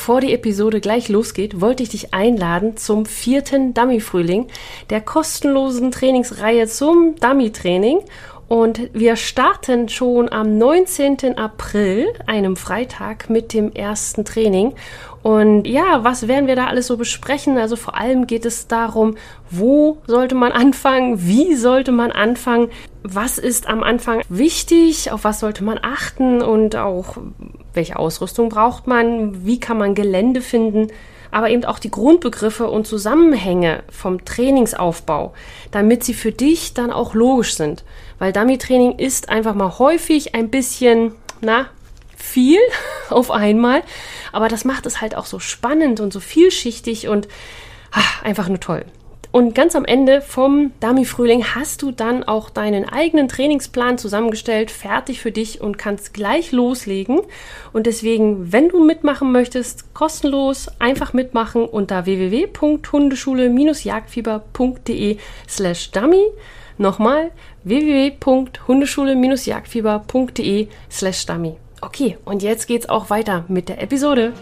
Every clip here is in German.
bevor die Episode gleich losgeht, wollte ich dich einladen zum 4. Dummy-Frühling, der kostenlosen Trainingsreihe zum Dummy-Training. Und wir starten schon am 19. April, einem Freitag, mit dem ersten Training. Und ja, was werden wir da alles so besprechen? Also vor allem geht es darum, wo sollte man anfangen? Wie sollte man anfangen? Was ist am Anfang wichtig? Auf was sollte man achten? Und auch, welche Ausrüstung braucht man? Wie kann man Gelände finden? Aber eben auch die Grundbegriffe und Zusammenhänge vom Trainingsaufbau, damit sie für dich dann auch logisch sind. Weil Dummy-Training ist einfach mal häufig ein bisschen, viel auf einmal. Aber das macht es halt auch so spannend und so vielschichtig und einfach nur toll. Und ganz am Ende vom Dummy-Frühling hast du dann auch deinen eigenen Trainingsplan zusammengestellt, fertig für dich und kannst gleich loslegen. Und deswegen, wenn du mitmachen möchtest, kostenlos einfach mitmachen unter www.hundeschule-jagdfieber.de/dummy. Nochmal www.hundeschule-jagdfieber.de/dummy. Okay, und jetzt geht's auch weiter mit der Episode.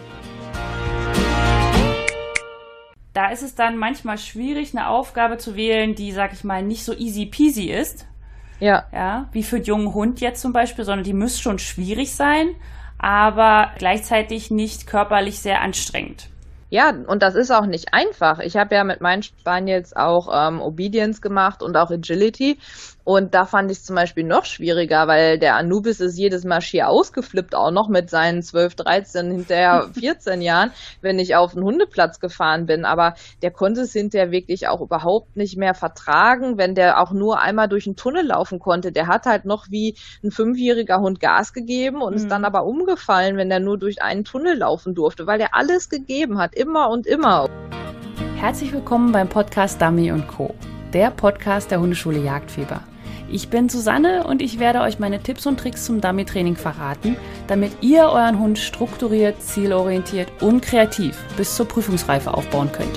Da ist es dann manchmal schwierig, eine Aufgabe zu wählen, die, sag ich mal, nicht so easy peasy ist. Ja, wie für den jungen Hund jetzt zum Beispiel, sondern die müsste schon schwierig sein, aber gleichzeitig nicht körperlich sehr anstrengend. Ja, und das ist auch nicht einfach. Ich habe ja mit meinen Spaniels auch Obedience gemacht und auch Agility. Und da fand ich es zum Beispiel noch schwieriger, weil der Anubis ist jedes Mal schier ausgeflippt, auch noch mit seinen 12, 13, hinterher 14 Jahren, wenn ich auf den Hundeplatz gefahren bin. Aber der konnte es hinterher wirklich auch überhaupt nicht mehr vertragen, wenn der auch nur einmal durch den Tunnel laufen konnte. Der hat halt noch wie ein 5-jähriger Hund Gas gegeben und ist dann aber umgefallen, wenn der nur durch einen Tunnel laufen durfte, weil der alles gegeben hat, immer und immer. Herzlich willkommen beim Podcast Dummy & Co., der Podcast der Hundeschule Jagdfieber. Ich bin Susanne und ich werde euch meine Tipps und Tricks zum Dummy-Training verraten, damit ihr euren Hund strukturiert, zielorientiert und kreativ bis zur Prüfungsreife aufbauen könnt.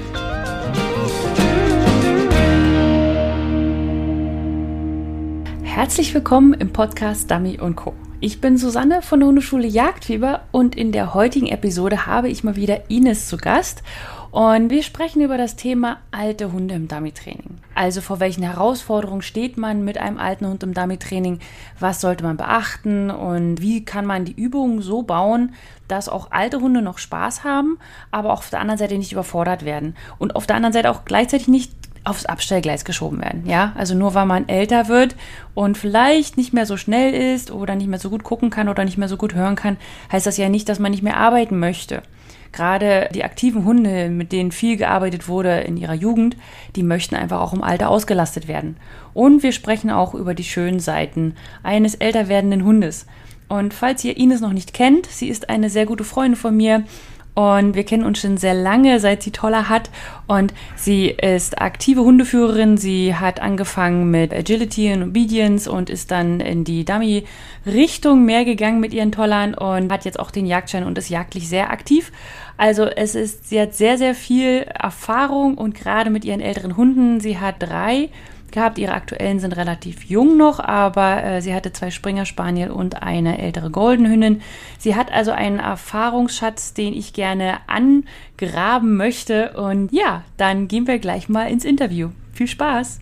Herzlich willkommen im Podcast Dummy & Co. Ich bin Susanne von der Hundeschule Jagdfieber und in der heutigen Episode habe ich mal wieder Ines zu Gast. Und wir sprechen über das Thema alte Hunde im Dummy-Training. Also vor welchen Herausforderungen steht man mit einem alten Hund im Dummy-Training? Was sollte man beachten? Und wie kann man die Übungen so bauen, dass auch alte Hunde noch Spaß haben, aber auch auf der anderen Seite nicht überfordert werden? Und auf der anderen Seite auch gleichzeitig nicht aufs Abstellgleis geschoben werden. Ja, also nur weil man älter wird und vielleicht nicht mehr so schnell ist oder nicht mehr so gut gucken kann oder nicht mehr so gut hören kann, heißt das ja nicht, dass man nicht mehr arbeiten möchte. Gerade die aktiven Hunde, mit denen viel gearbeitet wurde in ihrer Jugend, die möchten einfach auch im Alter ausgelastet werden. Und wir sprechen auch über die schönen Seiten eines älter werdenden Hundes. Und falls ihr Ines noch nicht kennt, sie ist eine sehr gute Freundin von mir und wir kennen uns schon sehr lange, seit sie Toller hat. Und sie ist aktive Hundeführerin. Sie hat angefangen mit Agility und Obedience und ist dann in die Dummy-Richtung mehr gegangen mit ihren Tollern und hat jetzt auch den Jagdschein und ist jagdlich sehr aktiv. Also sie hat sehr, sehr viel Erfahrung und gerade mit ihren älteren Hunden. Sie hat 3 gehabt. Ihre aktuellen sind relativ jung noch, aber sie hatte 2 Springer Spaniel und eine ältere Golden Hündin. Sie hat also einen Erfahrungsschatz, den ich gerne angraben möchte. Und ja, dann gehen wir gleich mal ins Interview. Viel Spaß!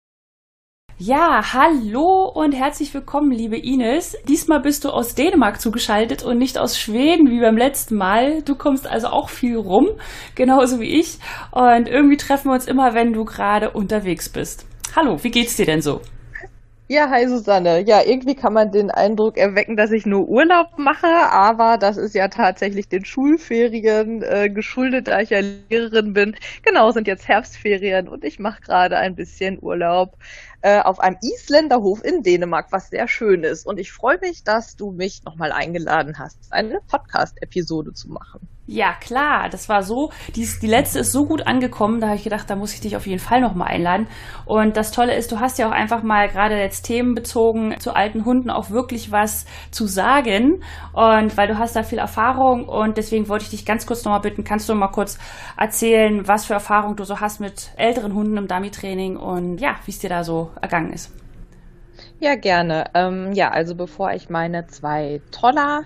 Ja, hallo und herzlich willkommen, liebe Ines. Diesmal bist du aus Dänemark zugeschaltet und nicht aus Schweden wie beim letzten Mal. Du kommst also auch viel rum, genauso wie ich. Und irgendwie treffen wir uns immer, wenn du gerade unterwegs bist. Hallo, wie geht's dir denn so? Ja, hi Susanne. Ja, irgendwie kann man den Eindruck erwecken, dass ich nur Urlaub mache, aber das ist ja tatsächlich den Schulferien geschuldet, da ich ja Lehrerin bin. Genau, sind jetzt Herbstferien und ich mache gerade ein bisschen Urlaub auf einem Isländerhof in Dänemark, was sehr schön ist. Und ich freue mich, dass du mich nochmal eingeladen hast, eine Podcast-Episode zu machen. Ja, klar, das war so, die letzte ist so gut angekommen, da habe ich gedacht, da muss ich dich auf jeden Fall nochmal einladen. Und das Tolle ist, du hast ja auch einfach mal gerade jetzt themenbezogen zu alten Hunden auch wirklich was zu sagen. Und weil du hast da viel Erfahrung und deswegen wollte ich dich ganz kurz nochmal bitten, kannst du mal kurz erzählen, was für Erfahrung du so hast mit älteren Hunden im Dummy-Training und ja, wie es dir da so ergangen ist. Ja, gerne. Also bevor ich meine 2 Toller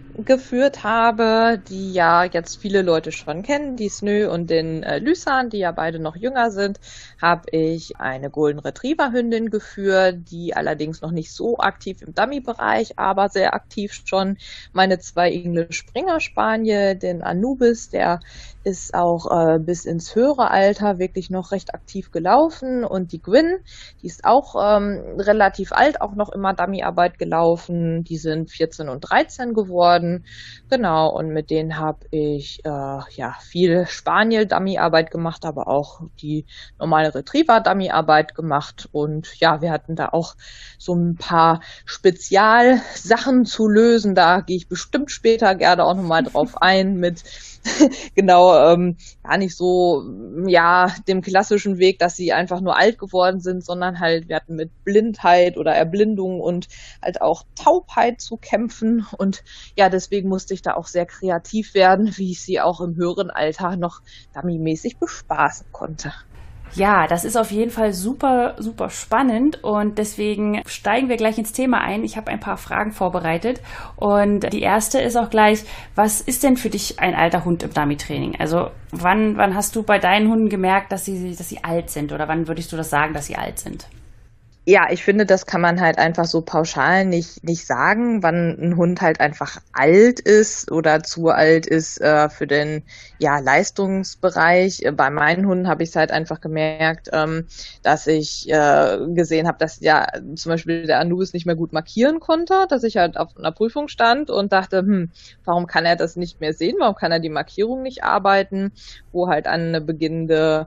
geführt habe, die ja jetzt viele Leute schon kennen, die Snö und den Lysan, die ja beide noch jünger sind, habe ich eine Golden Retriever Hündin geführt, die allerdings noch nicht so aktiv im Dummy-Bereich, aber sehr aktiv schon. Meine 2 English Springer Spaniel, den Anubis, der ist auch bis ins höhere Alter wirklich noch recht aktiv gelaufen, und die Gwyn, die ist auch relativ alt, auch noch immer Dummy-Arbeit gelaufen. Die sind 14 und 13 geworden. Genau, und mit denen habe ich viel Spaniel-Dummy-Arbeit gemacht, aber auch die normale Retriever-Dummy-Arbeit gemacht. Und ja, wir hatten da auch so ein paar Spezialsachen zu lösen. Da gehe ich bestimmt später gerne auch nochmal drauf ein mit genau, gar nicht so, dem klassischen Weg, dass sie einfach nur alt geworden sind, sondern halt, wir hatten mit Blindheit oder Erblindung und halt auch Taubheit zu kämpfen, und ja, deswegen musste ich da auch sehr kreativ werden, wie ich sie auch im höheren Alter noch dummymäßig bespaßen konnte. Ja, das ist auf jeden Fall super, super spannend, und deswegen steigen wir gleich ins Thema ein. Ich habe ein paar Fragen vorbereitet, und die erste ist auch gleich: Was ist denn für dich ein alter Hund im Dummy-Training? Also wann hast du bei deinen Hunden gemerkt, dass sie alt sind, oder wann würdest du das sagen, dass sie alt sind? Ja, ich finde, das kann man halt einfach so pauschal nicht sagen, wann ein Hund halt einfach alt ist oder zu alt ist für den Leistungsbereich. Bei meinen Hunden habe ich es halt einfach gemerkt, dass ich gesehen habe, dass ja zum Beispiel der Anubis nicht mehr gut markieren konnte, dass ich halt auf einer Prüfung stand und dachte, warum kann er das nicht mehr sehen? Warum kann er die Markierung nicht arbeiten? Wo halt eine beginnende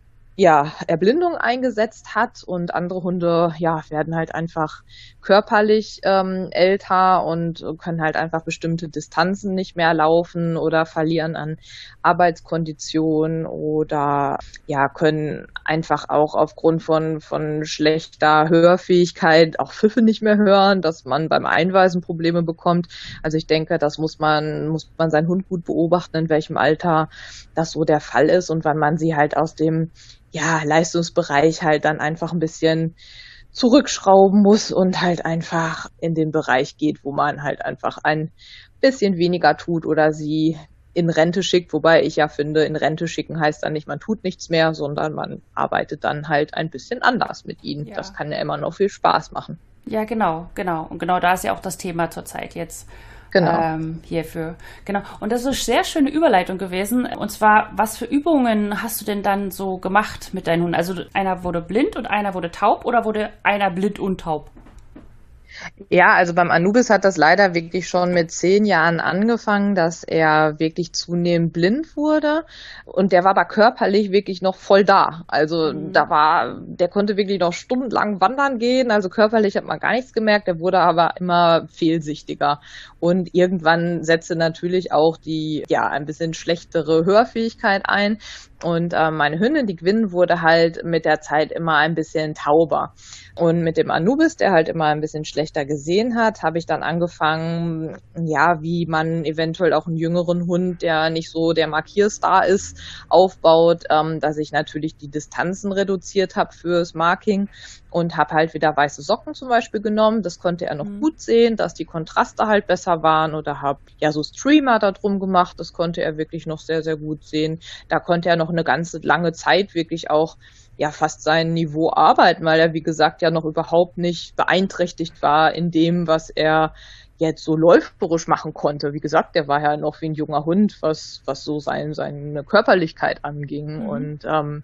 Erblindung eingesetzt hat, und andere Hunde werden halt einfach körperlich älter und können halt einfach bestimmte Distanzen nicht mehr laufen oder verlieren an Arbeitskonditionen oder können einfach auch aufgrund von schlechter Hörfähigkeit auch Pfiffe nicht mehr hören, dass man beim Einweisen Probleme bekommt. Also ich denke, das muss man seinen Hund gut beobachten, in welchem Alter das so der Fall ist, und wann man sie halt aus dem Leistungsbereich halt dann einfach ein bisschen zurückschrauben muss und halt einfach in den Bereich geht, wo man halt einfach ein bisschen weniger tut oder sie in Rente schickt, wobei ich ja finde, in Rente schicken heißt dann nicht, man tut nichts mehr, sondern man arbeitet dann halt ein bisschen anders mit ihnen. Ja. Das kann ja immer noch viel Spaß machen. Ja, genau. Und genau da ist ja auch das Thema zurzeit jetzt. Genau. Hierfür. Genau. Und das ist eine sehr schöne Überleitung gewesen. Und zwar, was für Übungen hast du denn dann so gemacht mit deinen Hunden? Also einer wurde blind und einer wurde taub, oder wurde einer blind und taub? Ja, also beim Anubis hat das leider wirklich schon mit 10 Jahren angefangen, dass er wirklich zunehmend blind wurde, und der war aber körperlich wirklich noch voll da. Also der konnte wirklich noch stundenlang wandern gehen, also körperlich hat man gar nichts gemerkt, der wurde aber immer fehlsichtiger, und irgendwann setzte natürlich auch die ein bisschen schlechtere Hörfähigkeit ein, und meine Hündin, die Gwyn, wurde halt mit der Zeit immer ein bisschen tauber. Und mit dem Anubis, der halt immer ein bisschen schlechter gesehen hat, habe ich dann angefangen, wie man eventuell auch einen jüngeren Hund, der nicht so der Markierstar ist, aufbaut, dass ich natürlich die Distanzen reduziert habe fürs Marking, und habe halt wieder weiße Socken zum Beispiel genommen. Das konnte er noch gut sehen, dass die Kontraste halt besser waren, oder habe so Streamer da drum gemacht. Das konnte er wirklich noch sehr, sehr gut sehen. Da konnte er noch eine ganze lange Zeit wirklich auch fast sein Niveau arbeiten, weil er, wie gesagt, ja noch überhaupt nicht beeinträchtigt war in dem, was er jetzt so läuferisch machen konnte. Wie gesagt, der war ja noch wie ein junger Hund, was so seine Körperlichkeit anging. Und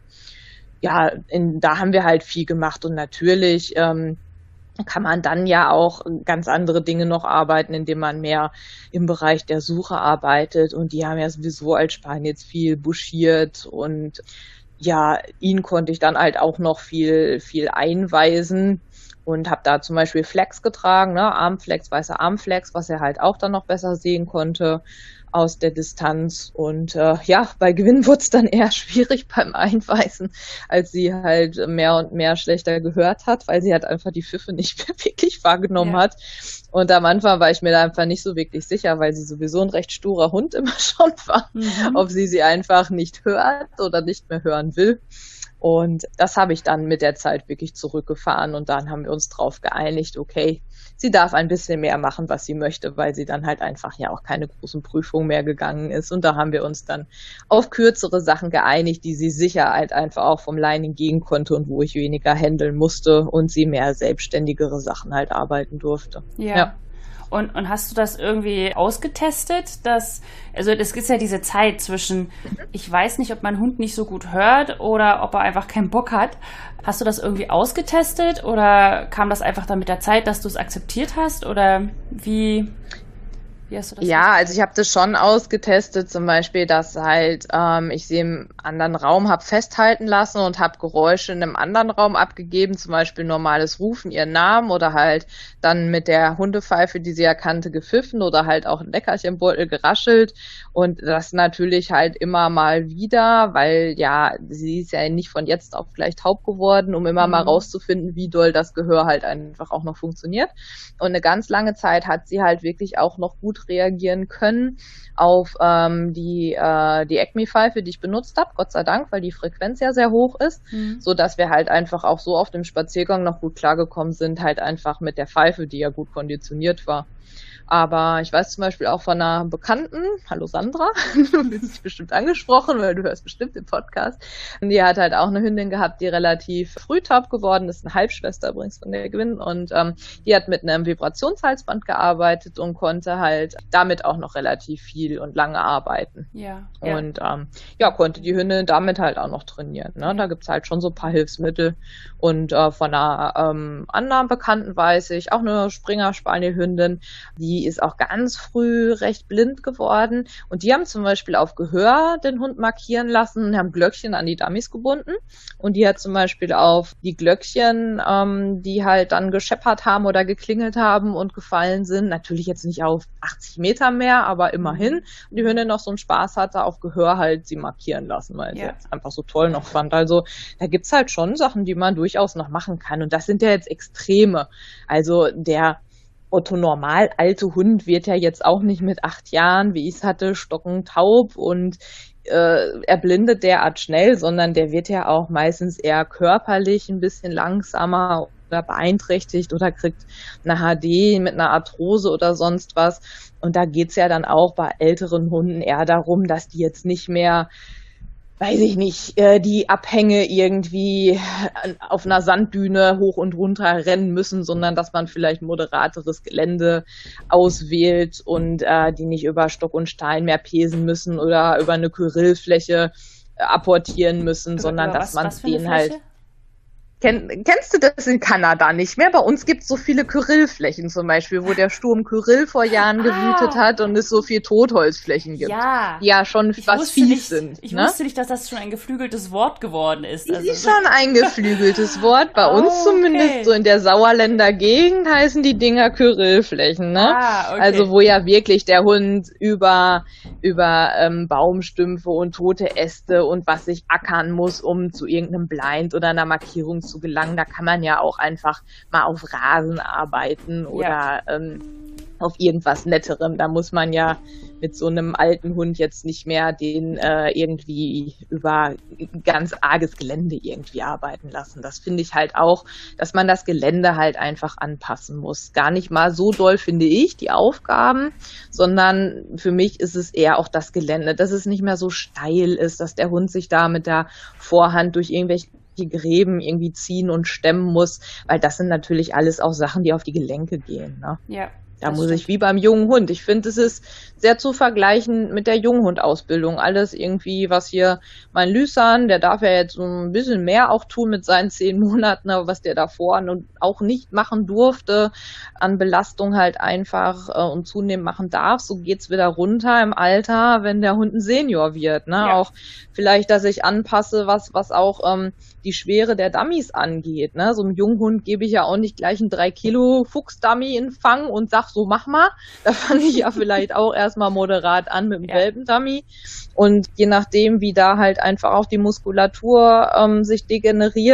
da haben wir halt viel gemacht, und natürlich kann man dann ja auch ganz andere Dinge noch arbeiten, indem man mehr im Bereich der Suche arbeitet, und die haben ja sowieso als Spaniels viel buschiert, und ihn konnte ich dann halt auch noch viel einweisen und habe da zum Beispiel Flex getragen, Armflex, weißer Armflex, was er halt auch dann noch besser sehen konnte aus der Distanz. Und bei Gwyn wurde es dann eher schwierig beim Einweisen, als sie halt mehr und mehr schlechter gehört hat, weil sie halt einfach die Pfiffe nicht mehr wirklich wahrgenommen hat. Und am Anfang war ich mir da einfach nicht so wirklich sicher, weil sie sowieso ein recht sturer Hund immer schon war, ob sie einfach nicht hört oder nicht mehr hören will. Und das habe ich dann mit der Zeit wirklich zurückgefahren, und dann haben wir uns drauf geeinigt, okay, sie darf ein bisschen mehr machen, was sie möchte, weil sie dann halt einfach ja auch keine großen Prüfungen mehr gegangen ist. Und da haben wir uns dann auf kürzere Sachen geeinigt, die sie sicher halt einfach auch vom Lining gehen konnte und wo ich weniger handeln musste und sie mehr selbstständigere Sachen halt arbeiten durfte. Ja. Und hast du das irgendwie ausgetestet? Also es gibt ja diese Zeit zwischen, ich weiß nicht, ob mein Hund nicht so gut hört oder ob er einfach keinen Bock hat. Hast du das irgendwie ausgetestet oder kam das einfach dann mit der Zeit, dass du es akzeptiert hast? Oder wie hast du das? Ja, also ich habe das schon ausgetestet, zum Beispiel, dass halt ich sie im anderen Raum habe festhalten lassen und habe Geräusche in einem anderen Raum abgegeben, zum Beispiel normales Rufen, ihren Namen oder halt dann mit der Hundepfeife, die sie erkannte, gepfiffen oder halt auch ein Leckerchenbeutel geraschelt und das natürlich halt immer mal wieder, weil ja, sie ist ja nicht von jetzt auf gleich taub geworden, um immer mal rauszufinden, wie doll das Gehör halt einfach auch noch funktioniert. Und eine ganz lange Zeit hat sie halt wirklich auch noch gut reagieren können auf die Acme-Pfeife, die ich benutzt habe, Gott sei Dank, weil die Frequenz ja sehr hoch ist, so dass wir halt einfach auch so auf dem Spaziergang noch gut klargekommen sind, halt einfach mit der Pfeife, die ja gut konditioniert war. Aber ich weiß zum Beispiel auch von einer Bekannten, hallo Sandra, du bist dich bestimmt angesprochen, weil du hörst bestimmt den Podcast. Und die hat halt auch eine Hündin gehabt, die relativ früh taub geworden ist, eine Halbschwester übrigens von der Gewinn. Und die hat mit einem Vibrationshalsband gearbeitet und konnte halt damit auch noch relativ viel und lange arbeiten. Ja. Und konnte die Hündin damit halt auch noch trainieren. Ne? Da gibt's halt schon so ein paar Hilfsmittel. Und von einer anderen Bekannten weiß ich, auch eine Springer-Spaniel-Hündin, die ist auch ganz früh recht blind geworden und die haben zum Beispiel auf Gehör den Hund markieren lassen und haben Glöckchen an die Dummies gebunden und die hat zum Beispiel auf die Glöckchen, die halt dann gescheppert haben oder geklingelt haben und gefallen sind, natürlich jetzt nicht auf 80 Meter mehr, aber immerhin, und die Hündin noch so einen Spaß hatte, auf Gehör halt sie markieren lassen, weil sie es einfach so toll noch fand. Also da gibt's halt schon Sachen, die man durchaus noch machen kann und das sind ja jetzt Extreme. Also der Otto normal alte Hund wird ja jetzt auch nicht mit 8 Jahren, wie ich es hatte, stockentaub und erblindet derart schnell, sondern der wird ja auch meistens eher körperlich ein bisschen langsamer oder beeinträchtigt oder kriegt eine HD mit einer Arthrose oder sonst was. Und da geht's ja dann auch bei älteren Hunden eher darum, dass die jetzt nicht mehr, weiß ich nicht, die Abhänge irgendwie auf einer Sanddüne hoch und runter rennen müssen, sondern dass man vielleicht moderateres Gelände auswählt und die nicht über Stock und Stein mehr pesen müssen oder über eine Kyrillfläche apportieren müssen, sondern dass man denen halt... Kennst du das in Kanada nicht mehr? Bei uns gibt es so viele Kyrillflächen zum Beispiel, wo der Sturm Kyrill vor Jahren gewütet hat und es so viel Totholzflächen gibt, die ja schon was fies sind. Ich wusste nicht, dass das schon ein geflügeltes Wort geworden ist. Also ist schon ein geflügeltes Wort, bei uns zumindest, so in der Sauerländer Gegend heißen die Dinger Kyrillflächen, ne? Also wo ja wirklich der Hund über Baumstümpfe und tote Äste und was sich ackern muss, um zu irgendeinem Blind oder einer Markierung zu gelangen. Da kann man ja auch einfach mal auf Rasen arbeiten oder auf irgendwas Netterem. Da muss man ja mit so einem alten Hund jetzt nicht mehr den irgendwie über ganz arges Gelände irgendwie arbeiten lassen. Das finde ich halt auch, dass man das Gelände halt einfach anpassen muss. Gar nicht mal so doll, finde ich, die Aufgaben, sondern für mich ist es eher auch das Gelände, dass es nicht mehr so steil ist, dass der Hund sich da mit der Vorhand durch irgendwelche Gräben irgendwie ziehen und stemmen muss, weil das sind natürlich alles auch Sachen, die auf die Gelenke gehen. Ne? Ja. Da muss ich wie beim jungen Hund. Ich finde, es ist sehr zu vergleichen mit der Junghundausbildung. Alles irgendwie, was hier mein Lüsan, der darf ja jetzt so ein bisschen mehr auch tun mit seinen 10 Monaten, aber was der davor auch nicht machen durfte, an Belastung halt einfach und zunehmend machen darf, so geht's wieder runter im Alter, wenn der Hund ein Senior wird. Ne? Ja. Auch vielleicht, dass ich anpasse, was auch die Schwere der Dummies angeht. Ne? So einem Junghund gebe ich ja auch nicht gleich einen 3 Kilo Fuchsdummy in Fang und sag so, mach mal. Da fange ich ja vielleicht auch erstmal moderat an mit dem Welpendummy. Und je nachdem, wie da halt einfach auch die Muskulatur sich degeneriert,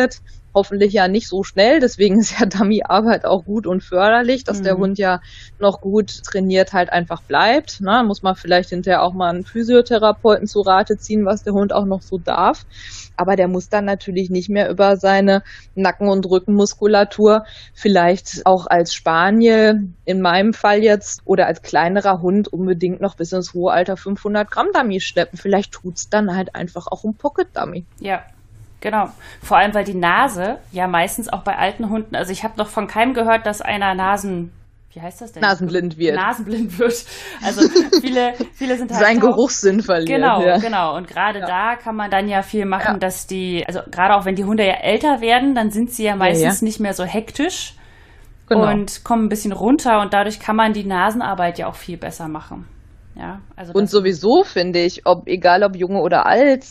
hoffentlich ja nicht so schnell, deswegen ist ja Dummyarbeit auch gut und förderlich, dass der Hund ja noch gut trainiert halt einfach bleibt. Na, muss man vielleicht hinterher auch mal einen Physiotherapeuten zu Rate ziehen, was der Hund auch noch so darf. Aber der muss dann natürlich nicht mehr über seine Nacken- und Rückenmuskulatur vielleicht auch als Spaniel in meinem Fall jetzt oder als kleinerer Hund unbedingt noch bis ins hohe Alter 500 Gramm Dummy schleppen. Vielleicht tut's dann halt einfach auch ein Pocket Dummy. Ja. Genau, vor allem, weil die Nase ja meistens auch bei alten Hunden, also ich habe noch von keinem gehört, dass einer wie heißt das denn? Nasenblind wird. Nasenblind wird. Also viele sind halt sein Geruchssinn verliert. Genau, ja. genau. Und gerade da kann man dann ja viel machen, dass also gerade auch wenn die Hunde ja älter werden, dann sind sie ja meistens nicht mehr so hektisch und kommen ein bisschen runter und dadurch kann man die Nasenarbeit ja auch viel besser machen. Ja, also und sowieso finde ich, egal ob Junge oder alt,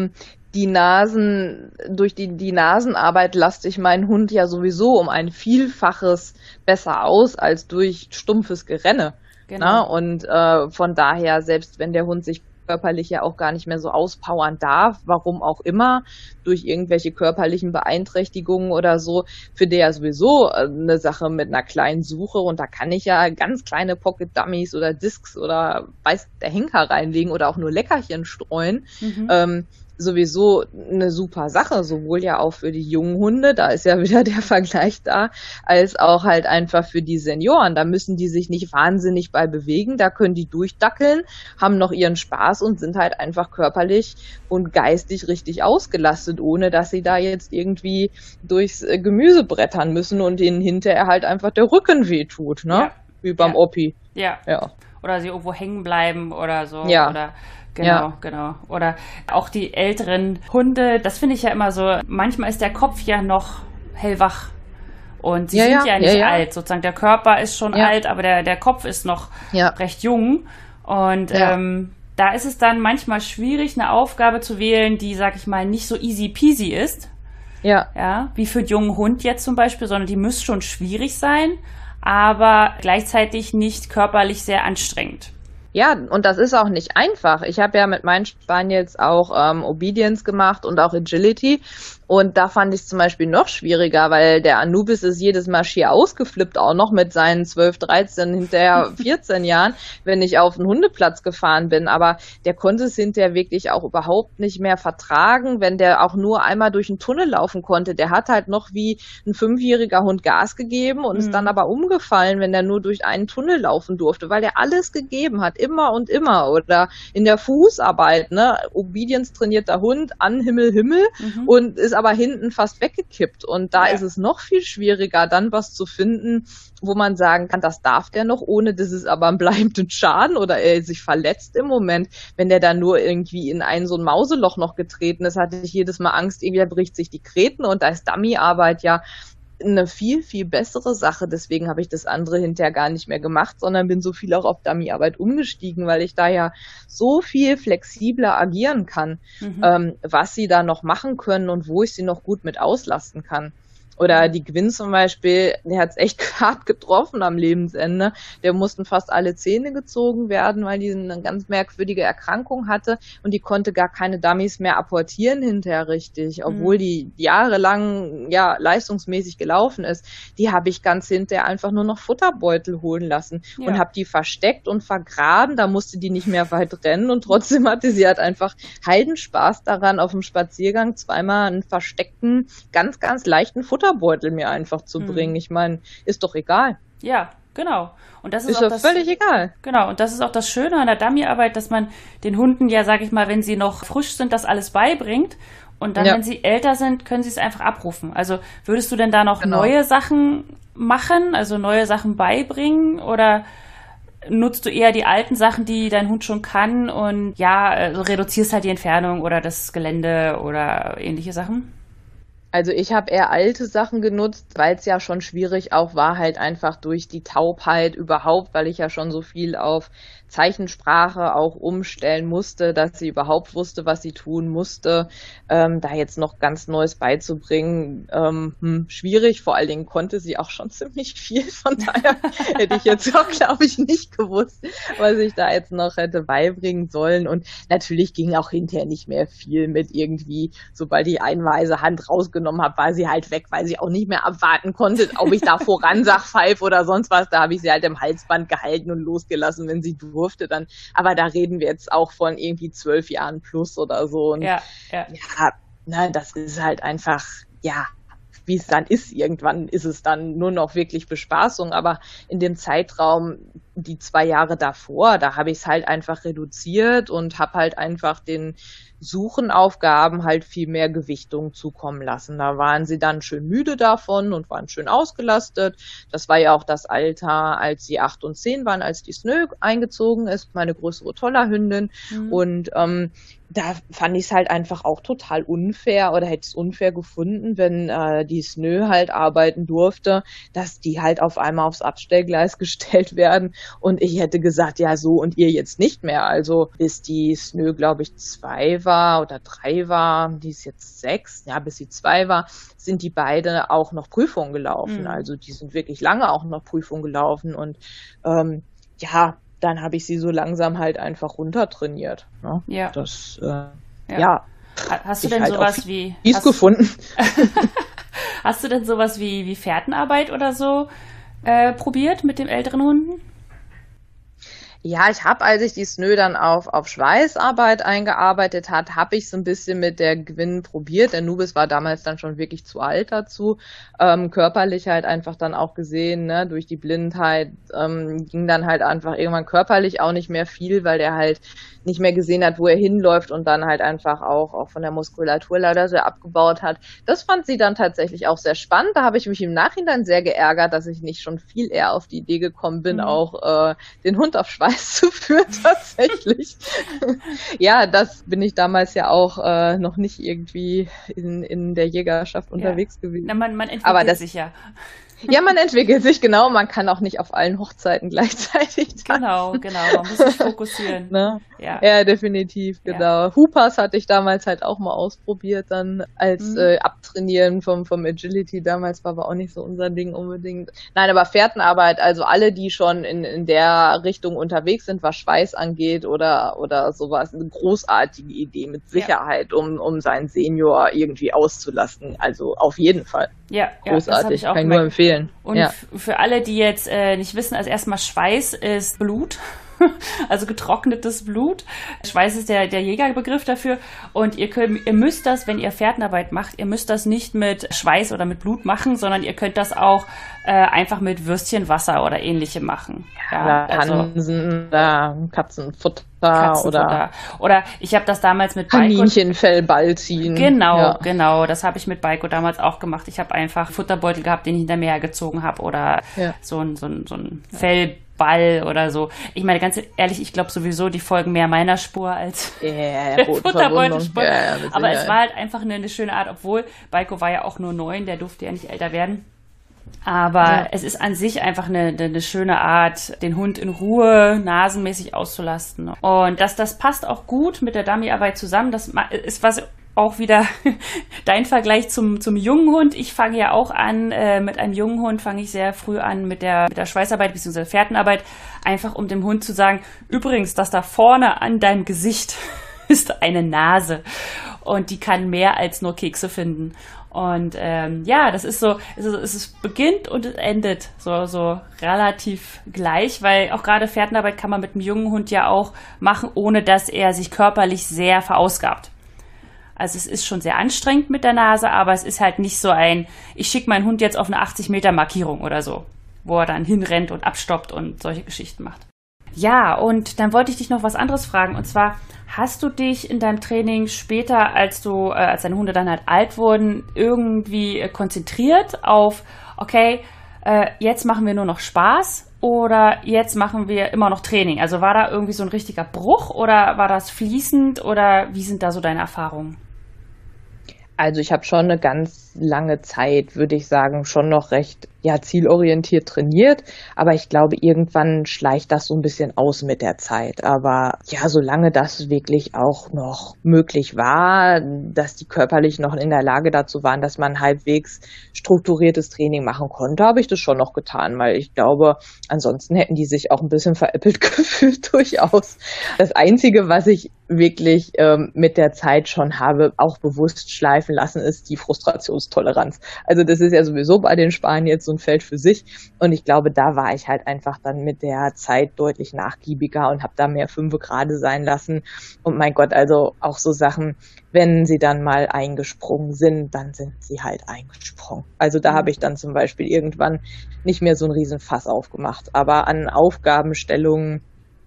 durch die Nasenarbeit lasse ich meinen Hund ja sowieso um ein Vielfaches besser aus als durch stumpfes Gerenne. Genau. Na? Und von daher, selbst wenn der Hund sich körperlich ja auch gar nicht mehr so auspowern darf, warum auch immer, durch irgendwelche körperlichen Beeinträchtigungen oder so, für der ja sowieso eine Sache mit einer kleinen Suche und da kann ich ja ganz kleine Pocket Dummies oder Discs oder weiß der Henker reinlegen oder auch nur Leckerchen streuen. Sowieso eine super Sache, sowohl ja auch für die jungen Hunde, da ist ja wieder der Vergleich da, als auch halt einfach für die Senioren. Da müssen die sich nicht wahnsinnig bei bewegen, da können die durchdackeln, haben noch ihren Spaß und sind halt einfach körperlich und geistig richtig ausgelastet, ohne dass sie da jetzt irgendwie durchs Gemüse brettern müssen und ihnen hinterher halt einfach der Rücken wehtut, ne? Ja. Wie beim Oppi. Ja. Oder sie irgendwo hängen bleiben oder so. Ja. Oder Genau. Oder auch die älteren Hunde, das finde ich ja immer so, manchmal ist der Kopf ja noch hellwach. Und sie sind ja nicht alt, sozusagen. Der Körper ist schon alt, aber der Kopf ist noch recht jung. Und da ist es dann manchmal schwierig, eine Aufgabe zu wählen, die, sag ich mal, nicht so easy peasy ist. Ja. Wie für einen jungen Hund jetzt zum Beispiel, sondern die müsste schon schwierig sein, aber gleichzeitig nicht körperlich sehr anstrengend. Ja, und das ist auch nicht einfach. Ich habe ja mit meinen Spaniels auch Obedience gemacht und auch Agility. Und da fand ich es zum Beispiel noch schwieriger, weil der Anubis ist jedes Mal schier ausgeflippt, auch noch mit seinen 12, 13, hinterher 14 Jahren, wenn ich auf den Hundeplatz gefahren bin. Aber der konnte es hinterher wirklich auch überhaupt nicht mehr vertragen, wenn der auch nur einmal durch einen Tunnel laufen konnte. Der hat halt noch wie ein 5-jähriger Hund Gas gegeben und ist dann aber umgefallen, wenn der nur durch einen Tunnel laufen durfte, weil der alles gegeben hat, immer und immer. Oder in der Fußarbeit, ne? Obedience trainierter Hund, an Himmel, und ist aber hinten fast weggekippt. Und da ist es noch viel schwieriger, dann was zu finden, wo man sagen kann, das darf der noch, ohne dass es aber einen bleibenden Schaden oder er sich verletzt im Moment. Wenn der dann nur irgendwie in so ein Mauseloch noch getreten ist, hatte ich jedes Mal Angst, irgendwie bricht sich die Kreten und da ist Dummyarbeit ja eine viel, viel bessere Sache. Deswegen habe ich das andere hinterher gar nicht mehr gemacht, sondern bin so viel auch auf Dummyarbeit umgestiegen, weil ich da ja so viel flexibler agieren kann, was sie da noch machen können und wo ich sie noch gut mit auslasten kann. Oder die Gwyn zum Beispiel, der hat es echt hart getroffen am Lebensende. Der mussten fast alle Zähne gezogen werden, weil die eine ganz merkwürdige Erkrankung hatte und die konnte gar keine Dummies mehr apportieren hinterher richtig, obwohl die jahrelang leistungsmäßig gelaufen ist. Die habe ich ganz hinterher einfach nur noch Futterbeutel holen lassen und habe die versteckt und vergraben. Da musste die nicht mehr weit rennen und trotzdem hatte sie halt einfach Heidenspaß daran, auf dem Spaziergang zweimal einen versteckten, ganz, ganz leichten Futterbeutel mir einfach zu bringen. Ich meine, ist doch egal. Ja, genau. Und das ist doch völlig egal. Genau. Und das ist auch das Schöne an der Dummyarbeit, dass man den Hunden ja, sag ich mal, wenn sie noch frisch sind, das alles beibringt. Und dann, wenn sie älter sind, können sie es einfach abrufen. Also würdest du denn da noch neue Sachen machen, also neue Sachen beibringen? Oder nutzt du eher die alten Sachen, die dein Hund schon kann und reduzierst halt die Entfernung oder das Gelände oder ähnliche Sachen? Also ich habe eher alte Sachen genutzt, weil es ja schon schwierig auch war, halt einfach durch die Taubheit überhaupt, weil ich ja schon so viel auf Zeichensprache auch umstellen musste, dass sie überhaupt wusste, was sie tun musste. Da jetzt noch ganz Neues beizubringen, schwierig. Vor allen Dingen konnte sie auch schon ziemlich viel. Von daher hätte ich jetzt auch, glaube ich, nicht gewusst, was ich da jetzt noch hätte beibringen sollen. Und natürlich ging auch hinterher nicht mehr viel mit irgendwie, sobald die Einweise Hand rausgenommen rausgenommen habe, war sie halt weg, weil sie auch nicht mehr abwarten konnte, ob ich da voran sag, pfeif oder sonst was. Da habe ich sie halt im Halsband gehalten und losgelassen, wenn sie durfte dann. Aber da reden wir jetzt auch von irgendwie 12 Jahren plus oder so. Und das ist halt einfach, wie es dann ist. Irgendwann ist es dann nur noch wirklich Bespaßung, aber in dem Zeitraum, die 2 Jahre davor, da habe ich es halt einfach reduziert und habe halt einfach den Suchenaufgaben halt viel mehr Gewichtung zukommen lassen. Da waren sie dann schön müde davon und waren schön ausgelastet. Das war ja auch das Alter, als sie 8 und 10 waren, als die Snö eingezogen ist, meine größere Tollerhündin. Und da fand ich es halt einfach auch total unfair oder hätte es unfair gefunden, wenn die Snö halt arbeiten durfte, dass die halt auf einmal aufs Abstellgleis gestellt werden und ich hätte gesagt, ja so und ihr jetzt nicht mehr. Also bis die Snö, glaube ich, 2 war oder 3 war, die ist jetzt 6, bis sie 2 war, sind die beide auch noch Prüfungen gelaufen. Also die sind wirklich lange auch noch Prüfungen gelaufen und dann habe ich sie so langsam halt einfach runtertrainiert. Ne? Ja. Das, Hast du denn halt sowas wie... gefunden. Hast du denn sowas wie Fährtenarbeit oder so probiert mit den älteren Hunden? Ja, ich habe, als ich die Snö dann auf Schweißarbeit eingearbeitet hat, habe ich so ein bisschen mit der Gwyn probiert. Der Nubis war damals dann schon wirklich zu alt dazu. Körperlich halt einfach dann auch gesehen, ne, durch die Blindheit ging dann halt einfach irgendwann körperlich auch nicht mehr viel, weil der halt nicht mehr gesehen hat, wo er hinläuft und dann halt einfach auch von der Muskulatur leider sehr abgebaut hat. Das fand sie dann tatsächlich auch sehr spannend. Da habe ich mich im Nachhinein sehr geärgert, dass ich nicht schon viel eher auf die Idee gekommen bin, auch den Hund auf Schweiß zu führen tatsächlich. Ja, das bin ich damals ja auch noch nicht irgendwie in der Jägerschaft unterwegs gewesen. Na, man entwickelt sich ja. Ja, man entwickelt sich, genau. Man kann auch nicht auf allen Hochzeiten gleichzeitig tanzen. Genau. Man muss sich fokussieren. Ne? Ja, definitiv, genau. Ja. Hoopers hatte ich damals halt auch mal ausprobiert, dann als Abtrainieren vom Agility. Damals war aber auch nicht so unser Ding unbedingt. Nein, aber Fährtenarbeit, also alle, die schon in der Richtung unterwegs sind, was Schweiß angeht oder sowas, eine großartige Idee mit Sicherheit, um seinen Senior irgendwie auszulasten. Also auf jeden Fall. Ja, großartig, kann ich nur empfehlen. Und für alle, die jetzt nicht wissen, also erstmal Schweiß ist Blut, also getrocknetes Blut. Schweiß ist der Jägerbegriff dafür. Und ihr müsst das, wenn ihr Fährtenarbeit macht, ihr müsst das nicht mit Schweiß oder mit Blut machen, sondern ihr könnt das auch einfach mit Würstchenwasser oder ähnlichem machen. Ja, Hansen, Katzenfutter oder ich habe das damals mit Baiko. Kaninchenfellball ziehen. Genau. Das habe ich mit Baiko damals auch gemacht. Ich habe einfach Futterbeutel gehabt, den ich hinter mir hergezogen habe oder so ein Fellball oder so. Ich meine, ganz ehrlich, ich glaube sowieso, die folgen mehr meiner Spur als der Futterbeutelspur. Aber es war halt einfach eine schöne Art, obwohl Baiko war ja auch nur 9, der durfte ja nicht älter werden. Aber es ist an sich einfach eine schöne Art, den Hund in Ruhe nasenmäßig auszulasten. Und das passt auch gut mit der Dummyarbeit zusammen. Das ist was auch wieder dein Vergleich zum jungen Hund. Ich fange ja auch an, mit einem jungen Hund fange ich sehr früh an mit der Schweißarbeit bzw. Fährtenarbeit, einfach um dem Hund zu sagen, übrigens, das da vorne an deinem Gesicht ist eine Nase und die kann mehr als nur Kekse finden. Und das ist so, es beginnt und es endet so relativ gleich, weil auch gerade Fährtenarbeit kann man mit einem jungen Hund ja auch machen, ohne dass er sich körperlich sehr verausgabt. Also es ist schon sehr anstrengend mit der Nase, aber es ist halt nicht so ich schicke meinen Hund jetzt auf eine 80-Meter-Markierung oder so, wo er dann hinrennt und abstoppt und solche Geschichten macht. Ja, und dann wollte ich dich noch was anderes fragen, und zwar, hast du dich in deinem Training später, als deine Hunde dann halt alt wurden, irgendwie konzentriert auf, okay, jetzt machen wir nur noch Spaß oder jetzt machen wir immer noch Training? Also war da irgendwie so ein richtiger Bruch oder war das fließend oder wie sind da so deine Erfahrungen? Also ich habe schon eine ganz lange Zeit, würde ich sagen, schon noch recht zielorientiert trainiert. Aber ich glaube, irgendwann schleicht das so ein bisschen aus mit der Zeit. Aber ja, solange das wirklich auch noch möglich war, dass die körperlich noch in der Lage dazu waren, dass man halbwegs strukturiertes Training machen konnte, habe ich das schon noch getan, weil ich glaube, ansonsten hätten die sich auch ein bisschen veräppelt gefühlt, durchaus. Das Einzige, was ich wirklich mit der Zeit schon habe, auch bewusst schleifen lassen, ist die Frustrationstoleranz. Also das ist ja sowieso bei den Spaniern jetzt so ein Feld für sich. Und ich glaube, da war ich halt einfach dann mit der Zeit deutlich nachgiebiger und habe da mehr Fünfe gerade sein lassen. Und mein Gott, also auch so Sachen, wenn sie dann mal eingesprungen sind, dann sind sie halt eingesprungen. Also da habe ich dann zum Beispiel irgendwann nicht mehr so einen riesen Fass aufgemacht. Aber an Aufgabenstellungen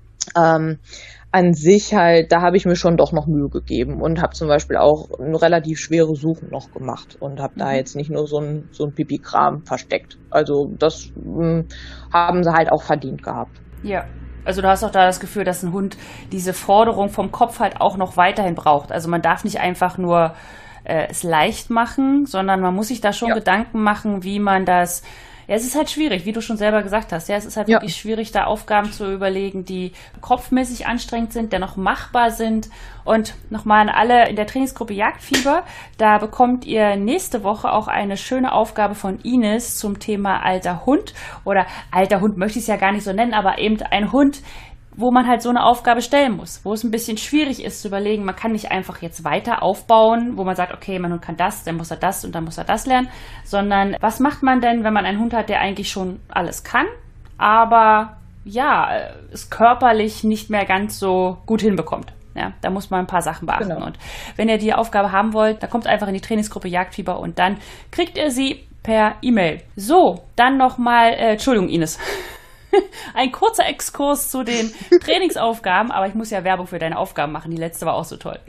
an sich halt, da habe ich mir schon doch noch Mühe gegeben und habe zum Beispiel auch eine relativ schwere Suchen noch gemacht und habe da jetzt nicht nur so ein Pipi-Kram versteckt. Also das haben sie halt auch verdient gehabt. Ja, also du hast auch da das Gefühl, dass ein Hund diese Forderung vom Kopf halt auch noch weiterhin braucht. Also man darf nicht einfach nur es leicht machen, sondern man muss sich da schon Gedanken machen, wie man das. Ja, es ist halt schwierig, wie du schon selber gesagt hast. Ja, es ist halt wirklich schwierig, da Aufgaben zu überlegen, die kopfmäßig anstrengend sind, dennoch machbar sind. Und nochmal an alle in der Trainingsgruppe Jagdfieber, da bekommt ihr nächste Woche auch eine schöne Aufgabe von Ines zum Thema alter Hund. Oder alter Hund möchte ich es ja gar nicht so nennen, aber eben ein Hund, wo man halt so eine Aufgabe stellen muss, wo es ein bisschen schwierig ist zu überlegen, man kann nicht einfach jetzt weiter aufbauen, wo man sagt, okay, mein Hund kann das, dann muss er das und dann muss er das lernen, sondern was macht man denn, wenn man einen Hund hat, der eigentlich schon alles kann, aber ja, es körperlich nicht mehr ganz so gut hinbekommt. Ja, da muss man ein paar Sachen beachten. Genau. Und wenn ihr die Aufgabe haben wollt, dann kommt einfach in die Trainingsgruppe Jagdfieber und dann kriegt ihr sie per E-Mail. So, dann nochmal, Entschuldigung, Ines. Ein kurzer Exkurs zu den Trainingsaufgaben, aber ich muss ja Werbung für deine Aufgaben machen. Die letzte war auch so toll.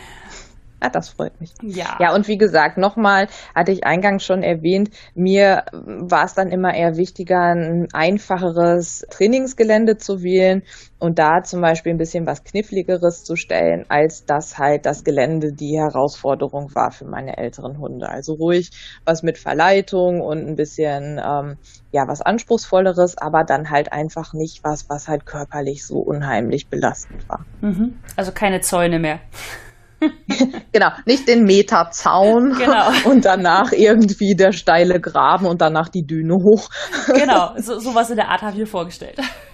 Das freut mich. Ja, und wie gesagt, nochmal, hatte ich eingangs schon erwähnt, mir war es dann immer eher wichtiger, ein einfacheres Trainingsgelände zu wählen und da zum Beispiel ein bisschen was Kniffligeres zu stellen, als dass halt das Gelände die Herausforderung war für meine älteren Hunde. Also ruhig was mit Verleitung und ein bisschen, was Anspruchsvolleres, aber dann halt einfach nicht was halt körperlich so unheimlich belastend war. Also keine Zäune mehr. Genau, nicht den Meterzaun und danach irgendwie der steile Graben und danach die Düne hoch. Genau, sowas in der Art habe ich mir vorgestellt.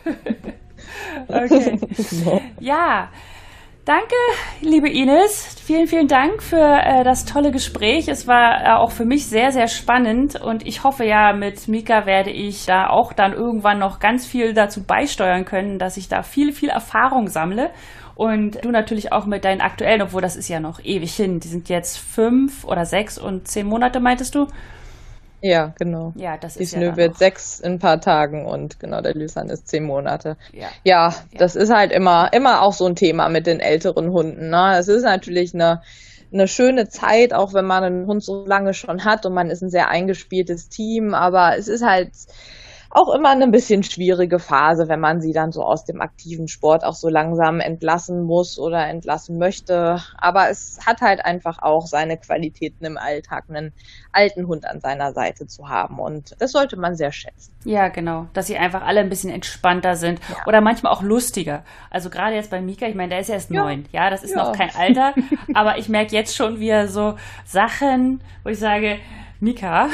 Okay. Ja, danke, liebe Ines. Vielen, vielen Dank für das tolle Gespräch. Es war auch für mich sehr, sehr spannend und ich hoffe ja, mit Mika werde ich da auch dann irgendwann noch ganz viel dazu beisteuern können, dass ich da viel, viel Erfahrung sammle. Und du natürlich auch mit deinen aktuellen, obwohl das ist ja noch ewig hin. Die sind jetzt 5 oder 6 und 10 Monate, meintest du? Ja, genau. Ja, das die ist Snö wird 6 in ein paar Tagen und genau, der Lysan ist 10 Monate. Ja, das ist halt immer auch so ein Thema mit den älteren Hunden. Ne? Es ist natürlich eine schöne Zeit, auch wenn man einen Hund so lange schon hat und man ist ein sehr eingespieltes Team, aber es ist halt auch immer eine bisschen schwierige Phase, wenn man sie dann so aus dem aktiven Sport auch so langsam entlassen muss oder entlassen möchte. Aber es hat halt einfach auch seine Qualitäten im Alltag, einen alten Hund an seiner Seite zu haben. Und das sollte man sehr schätzen. Ja, genau. Dass sie einfach alle ein bisschen entspannter sind oder manchmal auch lustiger. Also gerade jetzt bei Mika, ich meine, der ist erst 9. Ja, das ist noch kein Alter. Aber ich merke jetzt schon wieder so Sachen, wo ich sage, Mika,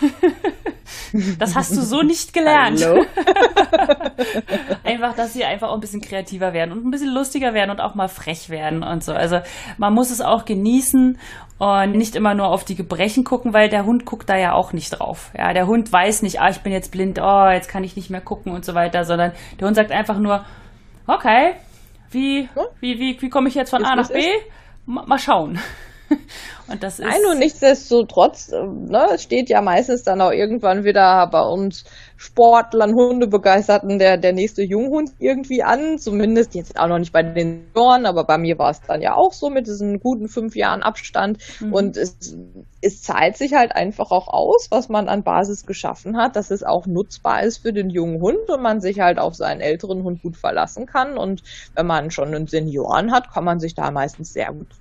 das hast du so nicht gelernt. Hallo? Einfach, dass sie einfach auch ein bisschen kreativer werden und ein bisschen lustiger werden und auch mal frech werden und so. Also man muss es auch genießen und nicht immer nur auf die Gebrechen gucken, weil der Hund guckt da ja auch nicht drauf. Ja, der Hund weiß nicht, ich bin jetzt blind, jetzt kann ich nicht mehr gucken und so weiter, sondern der Hund sagt einfach nur, okay, wie komme ich jetzt von A nach B? Mal schauen. Und das ist. Nein, und nichtsdestotrotz, es steht ja meistens dann auch irgendwann wieder bei uns Sportlern, Hundebegeisterten der nächste Junghund irgendwie an. Zumindest jetzt auch noch nicht bei den Senioren, aber bei mir war es dann ja auch so mit diesen guten 5 Jahren Abstand. Und es zahlt sich halt einfach auch aus, was man an Basis geschaffen hat, dass es auch nutzbar ist für den jungen Hund und man sich halt auf seinen älteren Hund gut verlassen kann. Und wenn man schon einen Senioren hat, kann man sich da meistens sehr gut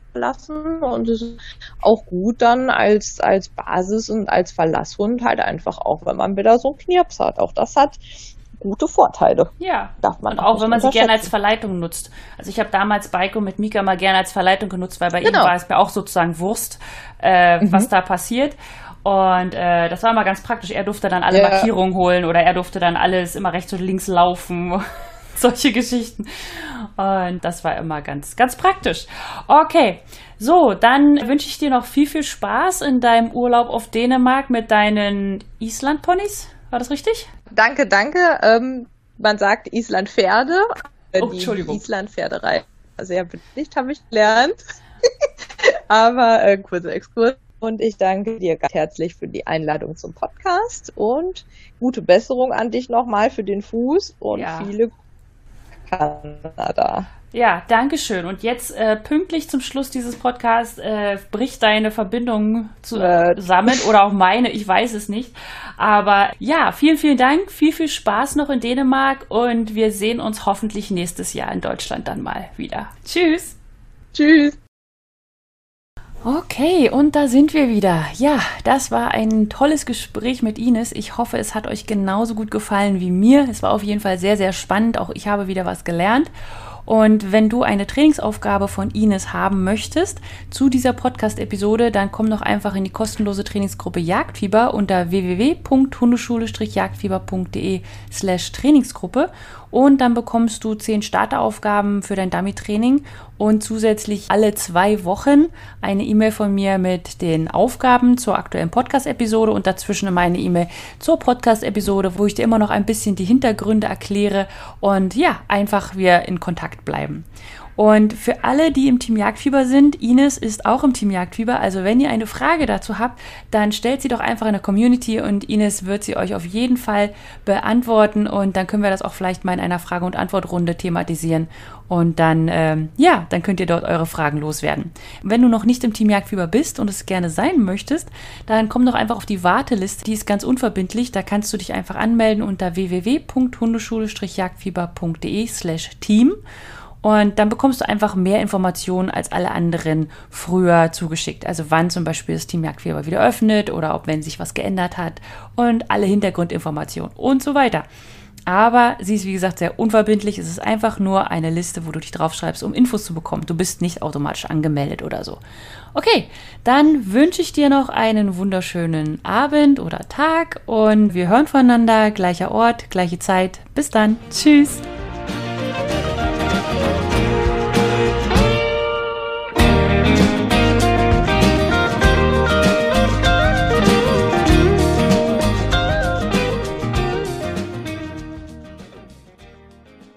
lassen und es ist auch gut dann als Basis und als Verlasshund halt einfach auch, wenn man wieder so einen Knirps hat. Auch das hat gute Vorteile. Ja, darf man und auch wenn man sie gerne als unterschätzen. Verleitung nutzt. Also ich habe damals Baiko mit Mika mal gerne als Verleitung genutzt, weil bei ihm war es mir auch sozusagen Wurst, was da passiert. Und das war immer ganz praktisch. Er durfte dann alle Markierungen holen oder er durfte dann alles immer rechts und links laufen. Solche Geschichten. Und das war immer ganz, ganz praktisch. Okay, so, dann wünsche ich dir noch viel, viel Spaß in deinem Urlaub auf Dänemark mit deinen Island-Ponys. War das richtig? Danke. Man sagt Island-Pferde. Entschuldigung. Die Island-Pferderei sehr beliebt, habe ich gelernt. Aber kurzer Exkurs. Und ich danke dir ganz herzlich für die Einladung zum Podcast und gute Besserung an dich nochmal für den Fuß und viele Kanada. Ja, danke schön. Und jetzt pünktlich zum Schluss dieses Podcasts bricht deine Verbindung zusammen oder auch meine, ich weiß es nicht. Aber ja, vielen, vielen Dank, viel, viel Spaß noch in Dänemark und wir sehen uns hoffentlich nächstes Jahr in Deutschland dann mal wieder. Tschüss. Tschüss. Okay, und da sind wir wieder. Ja, das war ein tolles Gespräch mit Ines. Ich hoffe, es hat euch genauso gut gefallen wie mir. Es war auf jeden Fall sehr, sehr spannend. Auch ich habe wieder was gelernt. Und wenn du eine Trainingsaufgabe von Ines haben möchtest zu dieser Podcast-Episode, dann komm doch einfach in die kostenlose Trainingsgruppe Jagdfieber unter www.hundeschule-jagdfieber.de/Trainingsgruppe und dann bekommst du 10 Starteraufgaben für dein Dummy-Training und zusätzlich alle 2 Wochen eine E-Mail von mir mit den Aufgaben zur aktuellen Podcast-Episode und dazwischen immer eine E-Mail zur Podcast-Episode, wo ich dir immer noch ein bisschen die Hintergründe erkläre und ja, einfach wir in Kontakt bleiben. Und für alle, die im Team Jagdfieber sind, Ines ist auch im Team Jagdfieber, also wenn ihr eine Frage dazu habt, dann stellt sie doch einfach in der Community und Ines wird sie euch auf jeden Fall beantworten und dann können wir das auch vielleicht mal in einer Frage- und Antwortrunde thematisieren und dann, dann könnt ihr dort eure Fragen loswerden. Wenn du noch nicht im Team Jagdfieber bist und es gerne sein möchtest, dann komm doch einfach auf die Warteliste, die ist ganz unverbindlich, da kannst du dich einfach anmelden unter www.hundeschule-jagdfieber.de/Team. Und dann bekommst du einfach mehr Informationen als alle anderen früher zugeschickt. Also wann zum Beispiel das Team Jagdfieber wieder öffnet oder ob wenn sich was geändert hat und alle Hintergrundinformationen und so weiter. Aber sie ist wie gesagt sehr unverbindlich. Es ist einfach nur eine Liste, wo du dich draufschreibst, um Infos zu bekommen. Du bist nicht automatisch angemeldet oder so. Okay, dann wünsche ich dir noch einen wunderschönen Abend oder Tag und wir hören voneinander. Gleicher Ort, gleiche Zeit. Bis dann. Tschüss.